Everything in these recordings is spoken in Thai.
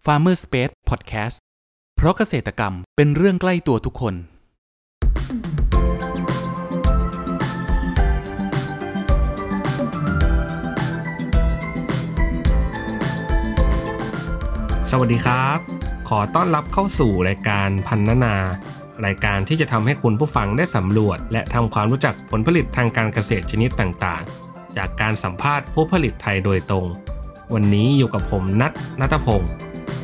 Farmer Space Podcast เพราะเกษตรกรรมเป็นเรื่องใกล้ตัวทุกคนสวัสดีครับขอต้อนรับเข้าสู่รายการพันนานารายการที่จะทำให้คุณผู้ฟังได้สำรวจและทำความรู้จักผลผลิตทางการเกษตรชนิดต่างๆจากการสัมภาษณ์ผู้ผลิตไทยโดยตรงวันนี้อยู่กับผมณัฐพงศ์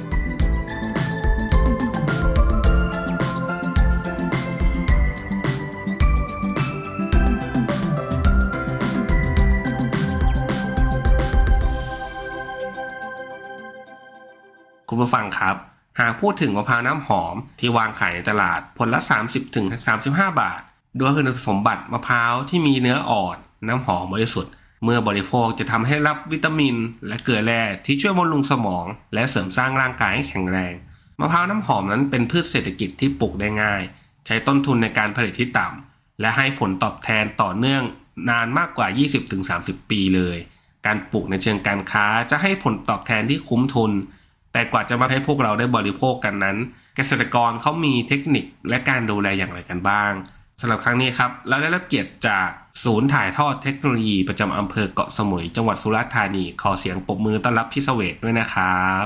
คุณผู้ฟังครับหากพูดถึงมะพร้าวน้ำหอมที่วางขายในตลาดผลละ 30-35 บาทด้วยคุณสมบัติมะพร้าวที่มีเนื้ออ่อนน้ำหอมบริสุทธิ์เมื่อบริโภคจะทำให้รับวิตามินและเกลือแร่ที่ช่วยบำรุงสมองและเสริมสร้างร่างกายให้แข็งแรงมะพร้าวน้ำหอมนั้นเป็นพืชเศรษฐกิจที่ปลูกได้ง่ายใช้ต้นทุนในการผลิตที่ต่ำและให้ผลตอบแทนต่อเนื่องนานมากกว่า 20-30 ปีเลยการปลูกในเชิงการค้าจะให้ผลตอบแทนที่คุ้มทุนแต่กว่าจะมาให้พวกเราได้บริโภคกันนั้นเกษตรกรเขามีเทคนิคและการดูแลอย่างไรกันบ้างสำหรับครั้งนี้ครับเราได้รับเกียรติจากศูนย์ถ่ายทอดเทคโนโลยีประจำอำเภอเกาะสมุยจังหวัดสุราษฎร์ธานีขอเสียงปรบมือต้อนรับพี่เสวตด้วยนะครับ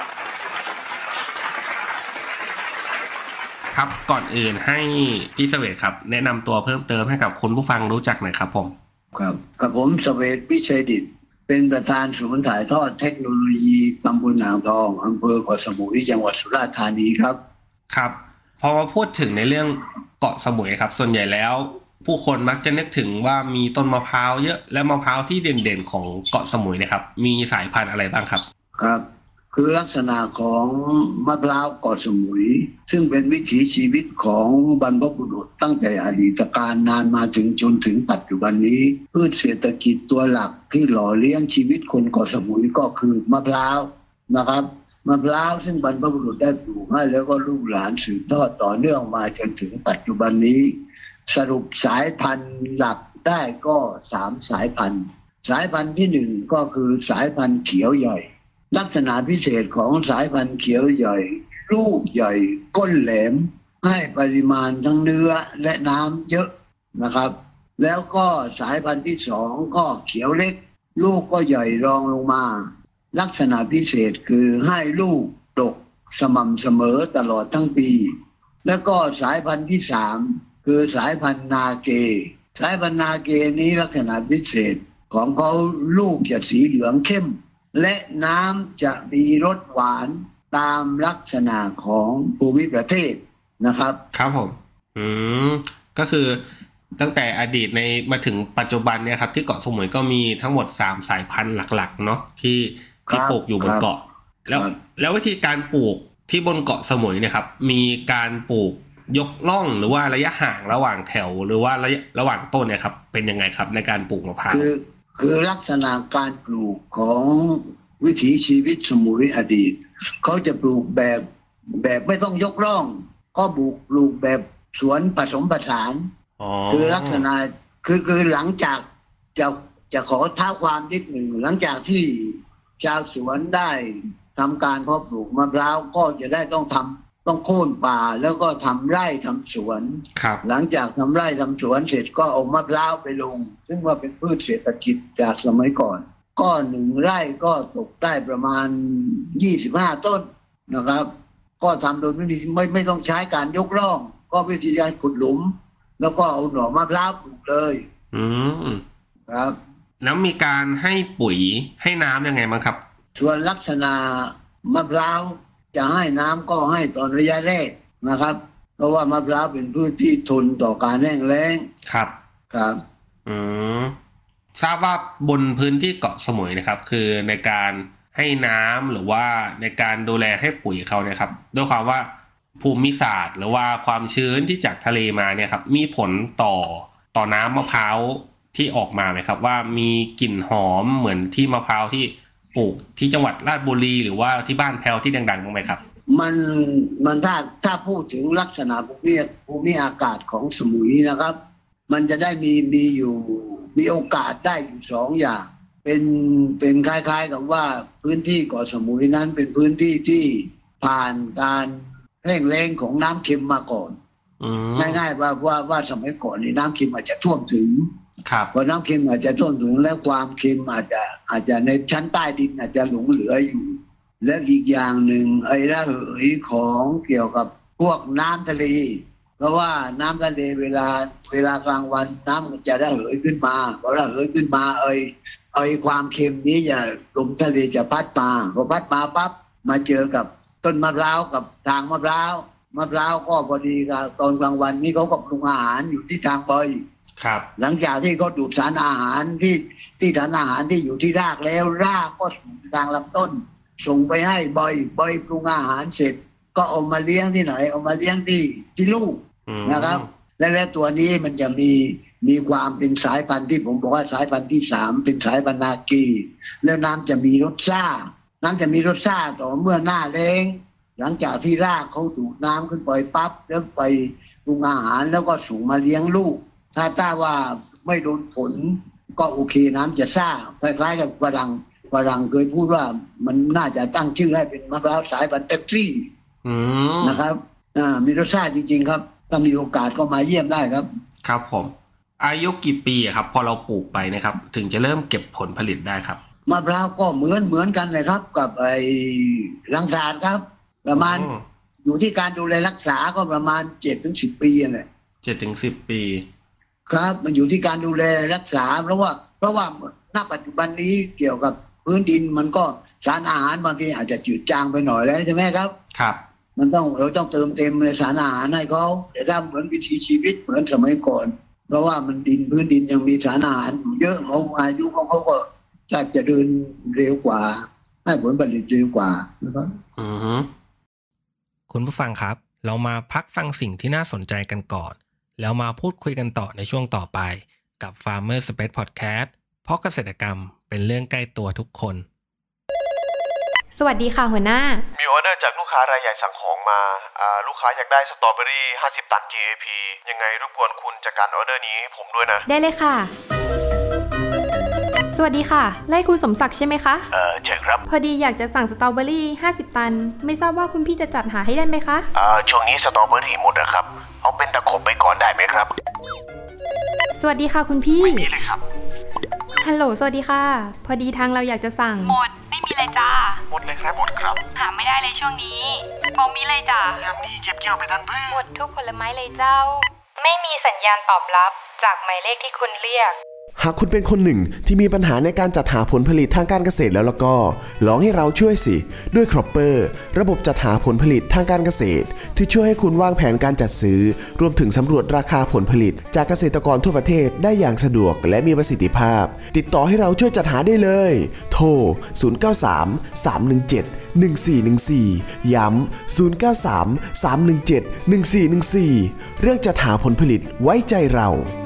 ครับก่อนอื่นให้พี่เสวตครับแนะนำตัวเพิ่มเติมให้กับคุณผู้ฟังรู้จักหน่อยครับผมครับกับผมเสวต วิชัยดิษฐ์เป็นประธานศูนย์ถ่ายทอดเทคโนโลยีตำบลอ่างทองอำเภอเกาะสมุยจังหวัดสุราษฎร์ธานีครับครับพอมาพูดถึงในเรื่องเกาะสมุยครับส่วนใหญ่แล้วผู้คนมักจะนึกถึงว่ามีต้นมะพร้าวเยอะและมะพร้าวที่เด่นๆของเกาะสมุยนะครับมีสายพันธุ์อะไรบ้างครับครับคือลักษณะของมะพร้าวเกาะสมุยซึ่งเป็นวิถีชีวิตของบรรพบุรุษตั้งแต่อดีตการนานมาถึงจนถึงปัจจุบันนี้พืชเศรษฐกิจตัวหลักที่หล่อเลี้ยงชีวิตคนเกาะสมุยก็คือมะพร้าวนะครับมะพร้าวซึ่งบรรพบุรุษได้ปลูกให้แล้วก็ลูกหลานสืบทอดต่อเนื่องมาจนถึงปัจจุบันนี้สรุปสายพันธุ์หลักได้ก็3สายพันธุ์สายพันธุ์ที่1ก็คือสายพันธุ์เขียวใหญ่ลักษณะพิเศษของสายพันธุ์เขียวใหญ่ลูกใหญ่ก้นแหลมให้ปริมาณทั้งเนื้อและน้ำเยอะนะครับแล้วก็สายพันธุ์ที่2ก็เขียวเล็กลูกก็ใหญ่รองลงมาลักษณะพิเศษคือให้ลูกดกสม่ำเสมอตลอดทั้งปีแล้วก็สายพันธุ์ที่3คือสายพันธุ์นาเกสายพันธุ์นาเกนี้ลักษณะพิเศษของเขาลูกจะสีเหลืองเข้มและน้ำจะมีรสหวานตามลักษณะของภูมิประเทศนะครับครับผมก็คือตั้งแต่อดีตในมาถึงปัจจุบันเนี่ยครับที่เกาะสมุยก็มีทั้งหมด3สายพันธุ์หลักๆเนาะที่ปลูกอยู่บนเกาะแล้ววิธีการปลูกที่บนเกาะสมุยเนี่ยครับมีการปลูกยกล่องหรือว่าระยะห่างระหว่างแถวหรือว่าระหว่างต้นเนี่ยครับเป็นยังไงครับในการปลูกมะพร้าวคือลักษณะการปลูกของวิถีชีวิตสมุยอดีตเขาจะปลูกแบบไม่ต้องยกร่องก็ปลูกแบบสวนผสมผสานคือลักษณะคือหลังจากจะขอท้าความนิดหนึ่งหลังจากที่ชาวสวนได้ทำการเพาะปลูกมะพร้าวก็จะได้ต้องโค่นป่าแล้วก็ทำไร่ทำสวนหลังจากทำไร่ทำสวนเสร็จก็เอามะพร้าวไปลงซึ่งว่าเป็นพืชเศรษฐกิจจากสมัยก่อนก็1ไร่ก็ตกได้ประมาณ25ต้นนะครับก็ทำโดยไม่ต้องใช้การยกร่องก็วิธีการขุดหลุมแล้วก็เอาหน่อมะพร้าวปลูกเลยครับแล้วมีการให้ปุ๋ยให้น้ำยังไงบ้างครับส่วนลักษณะมะพร้าวจะให้น้ำก็ให้ตอนระยะแรกนะครับเพราะว่ามะพร้าวเป็นพืชที่ทนต่อการแห้งแล้งครับทราบว่าบนพื้นที่เกาะสมุยนะครับคือในการให้น้ำหรือว่าในการดูแลให้ปุ๋ยเขาเนี่ยครับด้วยความว่าภูมิศาสตร์หรือว่าความชื้นที่จากทะเลมาเนี่ยครับมีผลต่อน้ำมะพร้าวที่ออกมาไหมครับว่ามีกลิ่นหอมเหมือนที่มะพร้าวที่ปลูกที่จังหวัดราชบุรีหรือว่าที่บ้านแพรวที่ดังๆบ้างไหมครับมันถ้าพูดถึงลักษณะภูมิอากาศของสมุยนะครับมันจะได้มีโอกาสได้อยู่2อย่างเป็นคล้ายๆกับว่าพื้นที่เกาะสมุยนั้นเป็นพื้นที่ที่ผ่านการแห้งแล้งของน้ำเค็มมาก่อนง่ายๆว่าสมัยก่อนนี่น้ำเค็มอาจจะท่วมถึงพอน้ำเค็มอาจจะท่วมถึงแล้วความเค็มอาจจะในชั้นใต้ดินอาจจะหลงเหลืออยู่และอีกอย่างหนึ่งไอ้ระเหยของเกี่ยวกับพวกน้ำทะเลเพราะว่าน้ำทะเลเวลากลางวันน้ำมันจะระเหยขึ้นมาพอระเหยขึ้นมาความเค็มนี้จะลมทะเลจะพัดมาพอพัดมาปั๊บมาเจอกับต้นมะพร้าวกับทางมะพร้าวก็พอดีกับตอนกลางวันนี้เขาก็ปรุงอาหารอยู่ที่ทางบอยหลังจากที่เขาดูดสารอาหารที่สารอาหารที่อยู่ที่รากแล้วรากก็ส่งทางลำต้นส่งไปให้บอยปรุงอาหารเสร็จก็เอามาเลี้ยงที่ไหนเอามาเลี้ยงที่ลูกนะครับและตัวนี้มันจะมีความเป็นสายพันธุ์ที่ผมบอกว่าสายพันธุ์ที่3เป็นสายพันธุ์นากีแล้วน้ำจะมีรสชาต่อเมื่อหน้าแล้งหลังจากที่รากเขาดูดน้ำขึ้นไปปั๊บแล้วไปปรุงอาหารแล้วก็ส่งมาเลี้ยงลูกถ้าว่าไม่โดนฝนก็โอเคน้ำจะซ่าคล้ายๆกับฝรั่งเคยพูดว่ามันน่าจะตั้งชื่อให้เป็นมะพร้าวสายพันธุ์เท็กซี่นะครับมีรสชาติจริงๆครับถ้ามีโอกาสก็มาเยี่ยมได้ครับครับผมอายุกี่ปีครับพอเราปลูกไปนะครับถึงจะเริ่มเก็บผลผลิตได้ครับมะพร้าวก็เหมือนกันเลยครับกับไอ้รังสาดครับประมาณอยู่ที่การดูแลรักษาก็ประมาณ 7-10 ปีนั่นแหละ 7-10 ปีครับมันอยู่ที่การดูแลรักษาเพราะว่าณปัจจุบันนี้เกี่ยวกับพื้นดินมันก็สารอาหารบางทีอาจจะจืดจางไปหน่อยแล้วใช่ไหมครับเราต้องเติมเต็มในสารอาหารให้เขาแต่ถ้าเหมือนวิถีชีวิตเหมือนสมัยก่อนเพราะว่ามันพื้นดินยังมีสารอาหารเยอะเขาอายุเขาก็จะเดินเร็วกว่าให้ผลผลิตเร็วกว่านะครับคุณผู้ฟังครับเรามาพักฟังสิ่งที่น่าสนใจกันก่อนแล้วมาพูดคุยกันต่อในช่วงต่อไปกับ Farmer Space Podcast เพราะเกษตรกรรมเป็นเรื่องใกล้ตัวทุกคนสวัสดีค่ะหัวหน้ามีออเดอร์จากลูกค้ารายใหญ่สั่งของมาลูกค้าอยากได้สตรอเบอรี่50 ตัน GAP ยังไงรบกวนคุณจัดการออเดอร์นี้ให้ผมด้วยนะได้เลยค่ะสวัสดีค่ะไล่คุณสมศักดิ์ใช่ไหมคะใช่ครับพอดีอยากจะสั่งสตรอเบอรี่50 ตันไม่ทราบว่าคุณพี่จะจัดหาให้ได้ไหมคะช่วงนี้สตรอเบอรี่หมดนะครับเอาเป็นตะขบไปก่อนได้ไหมครับสวัสดีค่ะคุณพี่ไม่มีเลยครับฮัลโหลสวัสดีค่ะพอดีทางเราอยากจะสั่งหมดไม่มีเลยจ้าหมดเลยครับหมดครับหาไม่ได้เลยช่วงนี้มองมีเลยจ้ายามนี้เก็บเกี่ยวไปทันเพื่อหมดทุกผลไม้เลยเจ้าไม่มีสัญญาณตอบรับจากหมายเลขที่คุณเรียกหากคุณเป็นคนหนึ่งที่มีปัญหาในการจัดหาผลผลิตทางการเกษตรแล้วก็ลองให้เราช่วยสิด้วยครอปเปอร์ระบบจัดหาผลผลิตทางการเกษตรที่ช่วยให้คุณวางแผนการจัดซื้อรวมถึงสำรวจราคาผลผลิตจากเกษตรกรทั่วประเทศได้อย่างสะดวกและมีประสิทธิภาพติดต่อให้เราช่วยจัดหาได้เลยโทร0933171414ย้ำ0933171414เรื่องจัดหาผลผลิตไว้ใจเรา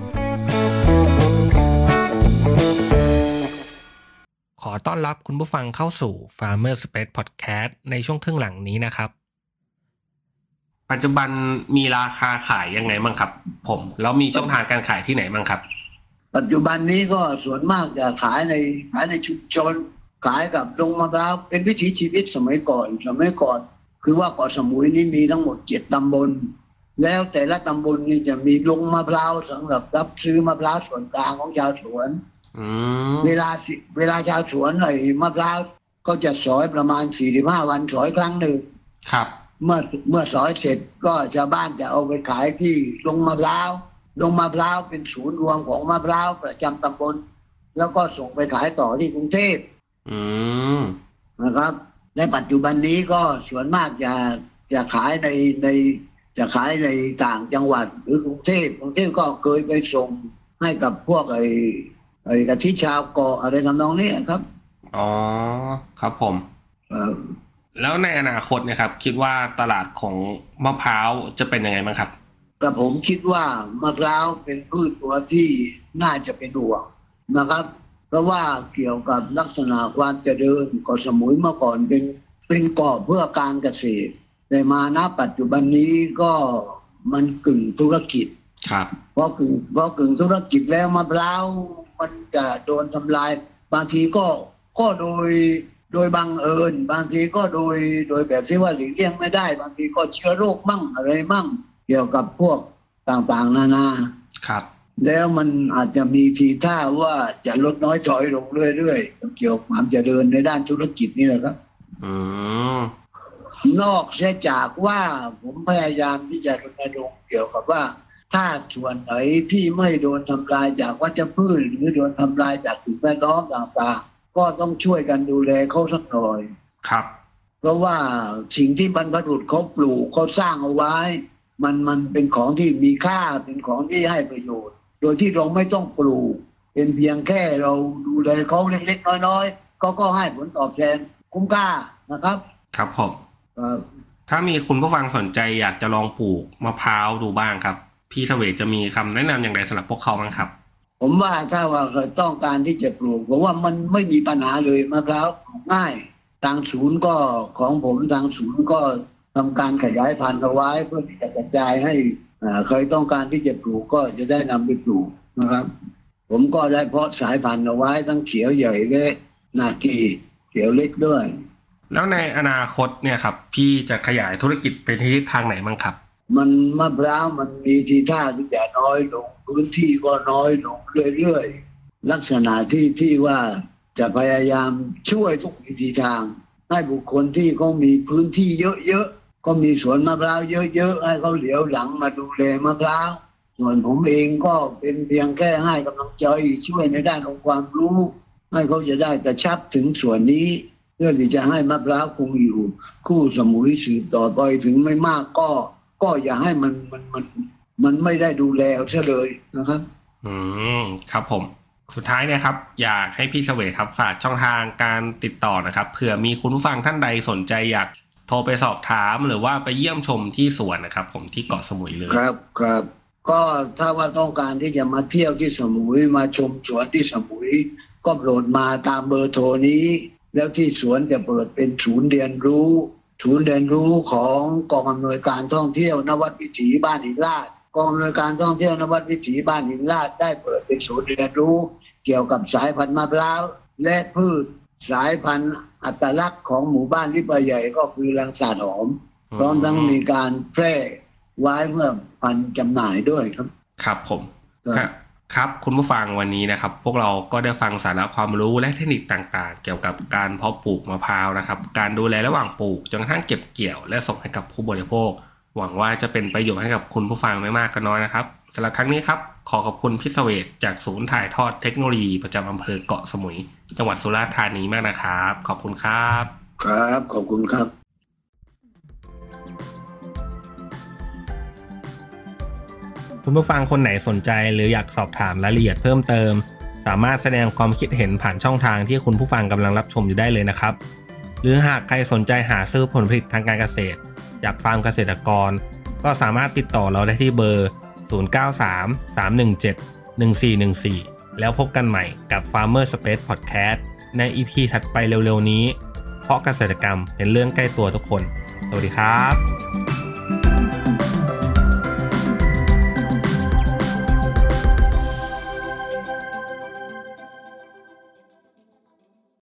ขอต้อนรับคุณผู้ฟังเข้าสู่ Farmer Space Podcast ในช่วงครึ่งหลังนี้นะครับปัจจุบันมีราคาขายยังไงบ้างครับผมแล้วมีช่องทางการขายที่ไหนบ้างครับปัจจุบันนี้ก็ส่วนมากจะขายในชุมชนขายกับโรงมะพร้าวเป็นวิถีชีวิตสมัยก่อนคือว่าเกาะสมุยนี้มีทั้งหมด7 ตำบลแล้วแต่ละตำบลนี่จะมีโรงมะพร้าวสำหรับรับซื้อมะพร้าวส่วนกลางของชาวสวนเวลาชาวสวนไอ้มะพร้าวก็จะสอยประมาณ45 วันสอยครั้งหนึ่งครับเมื่อสอยเสร็จก็ชาวบ้านจะเอาไปขายที่โรงมะพร้าวเป็นศูนย์รวมของมะพร้าวประจำตำบลแล้วก็ส่งไปขายต่อที่กรุงเทพนะครับในปัจจุบันนี้ก็ส่วนมากจะขายในต่างจังหวัดหรือกรุงเทพก็เคยไปส่งให้กับพวกไอ้กะทิชาวเกาะอะไรทำนองนี้ครับอ๋อครับผมแล้วในอนาคตเนี่ยครับคิดว่าตลาดของมะพร้าวจะเป็นยังไงบ้างครับแต่ผมคิดว่ามะพร้าวเป็นพืชตัวที่น่าจะเป็นห่วงนะครับเพราะว่าเกี่ยวกับลักษณะความเจริญเกาะสมุยเมื่อก่อนเป็นเกาะเพื่อการเกษตรแต่มาณปัจจุบันนี้ก็มันกึ่งธุรกิจครับเพราะกึ่งธุรกิจแล้วมะพร้าวมันจะโดนทำลายบางทีก็โดยบังเอิญบางทีก็โดยแบบที่ว่าหลีกเลี่ยงไม่ได้บางทีก็เชื้อโรคมั่งอะไรมั่งเกี่ยวกับพวกต่างๆนานาครับแล้วมันอาจจะมีทีท่าว่าจะลดน้อยถอยลงเรื่อยๆเกี่ยวกับความเจริญในด้านธุรกิจนี่แหละครับนอกเสียจากว่าผมพยายามที่จะรณรงค์เกี่ยวกับว่าถ้าส่วนไหนที่ไม่โดนทำลายจากวัชพืชหรือโดนทำลายจากสิ่งแวดล้อมต่างๆก็ต้องช่วยกันดูแลเขาสักหน่อยครับเพราะว่าสิ่งที่บรรพบุรุษเขาปลูกเขาสร้างเอาไว้มันเป็นของที่มีค่าเป็นของที่ให้ประโยชน์โดยที่เราไม่ต้องปลูกเป็นเพียงแค่เราดูแลเขาเล็กๆน้อยๆเขาก็ให้ผลตอบแทนคุ้มค่านะครับครับผมถ้ามีคุณผู้ฟังสนใจอยากจะลองปลูกมะพร้าวดูบ้างครับพี่เสวตจะมีคำแนะนำอย่างไรสำหรับพวกเขาบ้างครับผมว่าถ้าว่าต้องการที่จะปลูกผมว่ามันไม่มีปัญหาเลยมะพร้าวปลูกง่ายทางศูนย์ก็ของผมทางศูนย์ก็ทำการขยายพันธุ์เอาไว้เพื่อที่จะกระจายให้ใครต้องการที่จะปลูกก็จะได้นำไปปลูกนะครับผมก็ได้เพาะสายพันธุ์เอาไว้ทั้งเขียวใหญ่และนากีเขียวเล็กด้วยแล้วในอนาคตเนี่ยครับพี่จะขยายธุรกิจไปทิศทางไหนบ้างครับมันมะพร้าวมันมีทีท่าที่จะน้อยลงพื้นที่ก็น้อยลงเรื่อยๆลักษณะที่ว่าจะพยายามช่วยทุกวิธีทางให้บุคคลที่เขามีพื้นที่เยอะๆก็มีสวนมะพร้าวเยอะๆให้เขาเหลียวหลังมาดูแลมะพร้าวส่วนผมเองก็เป็นเพียงแค่ให้กำลังใจช่วยในด้านของความรู้ให้เขาจะได้กระชับถึงส่วนนี้เพื่อที่จะให้มะพร้าวคงอยู่คู่สมุยสืบต่อไปถึงไม่มากก็อย่าให้มันไม่ได้ดูแลเสียเลยนะครับครับผมสุดท้ายนะครับอยากให้พี่เสวตครับฝากช่องทางการติดต่อนะครับเผื่อมีคุณผู้ฟังท่านใดสนใจอยากโทรไปสอบถามหรือว่าไปเยี่ยมชมที่สวนนะครับผมที่เกาะสมุยเลยครับก็ถ้าว่าต้องการที่จะมาเที่ยวที่สมุยมาชมสวนที่สมุยก็โปรดมาตามเบอร์โทรนี้แล้วที่สวนจะเปิดเป็นศูนย์เรียนรู้ของกองอำนวยการท่องเที่ยวนวัดวิถีบ้านหินลาดกองอำนวยการท่องเที่ยวนวัดวิถีบ้านหินลาดได้เปิดเป็นศูนย์เรียนรู้เกี่ยวกับสายพันธุ์มะพร้าวและพืชสายพันธุ์อัตลักษณ์ของหมู่บ้านลิบใหญ่ก็คือรังสาดหอมพร้อมทั้งมีการแพร่ไว้เพื่อพันธุ์จำหน่ายด้วยครับครับผมครับคุณผู้ฟังวันนี้นะครับพวกเราก็ได้ฟังสาระความรู้และเทคนิคต่างๆเกี่ยวกับการเพาะปลูกมะพร้าวนะครับการดูแลระหว่างปลูกจนกระทั่งเก็บเกี่ยวและส่งให้กับผู้บริโภคหวังว่าจะเป็นประโยชน์ให้กับคุณผู้ฟังไม่มากก็น้อยนะครับสำหรับครั้งนี้ครับขอขอบคุณพี่เสวตจากศูนย์ถ่ายทอดเทคโนโลยีประจำอำเภอเกาะสมุยจังหวัดสุราษฎร์ธานีมากนะครับขอบคุณครับครับขอบคุณครับคุณผู้ฟังคนไหนสนใจหรืออยากสอบถามรายละเอียดเพิ่มเติมสามารถแสดงความคิดเห็นผ่านช่องทางที่คุณผู้ฟังกำลังรับชมอยู่ได้เลยนะครับหรือหากใครสนใจหาซื้อผลผลิตทางการเกษตรจากฟาร์มเกษตรกรก็สามารถติดต่อเราได้ที่เบอร์ 0933171414 แล้วพบกันใหม่กับ Farmer Space Podcast ใน EP ถัดไปเร็วๆนี้เพราะเกษตรกรรมเป็นเรื่องใกล้ตัวทุกคนสวัสดีครับ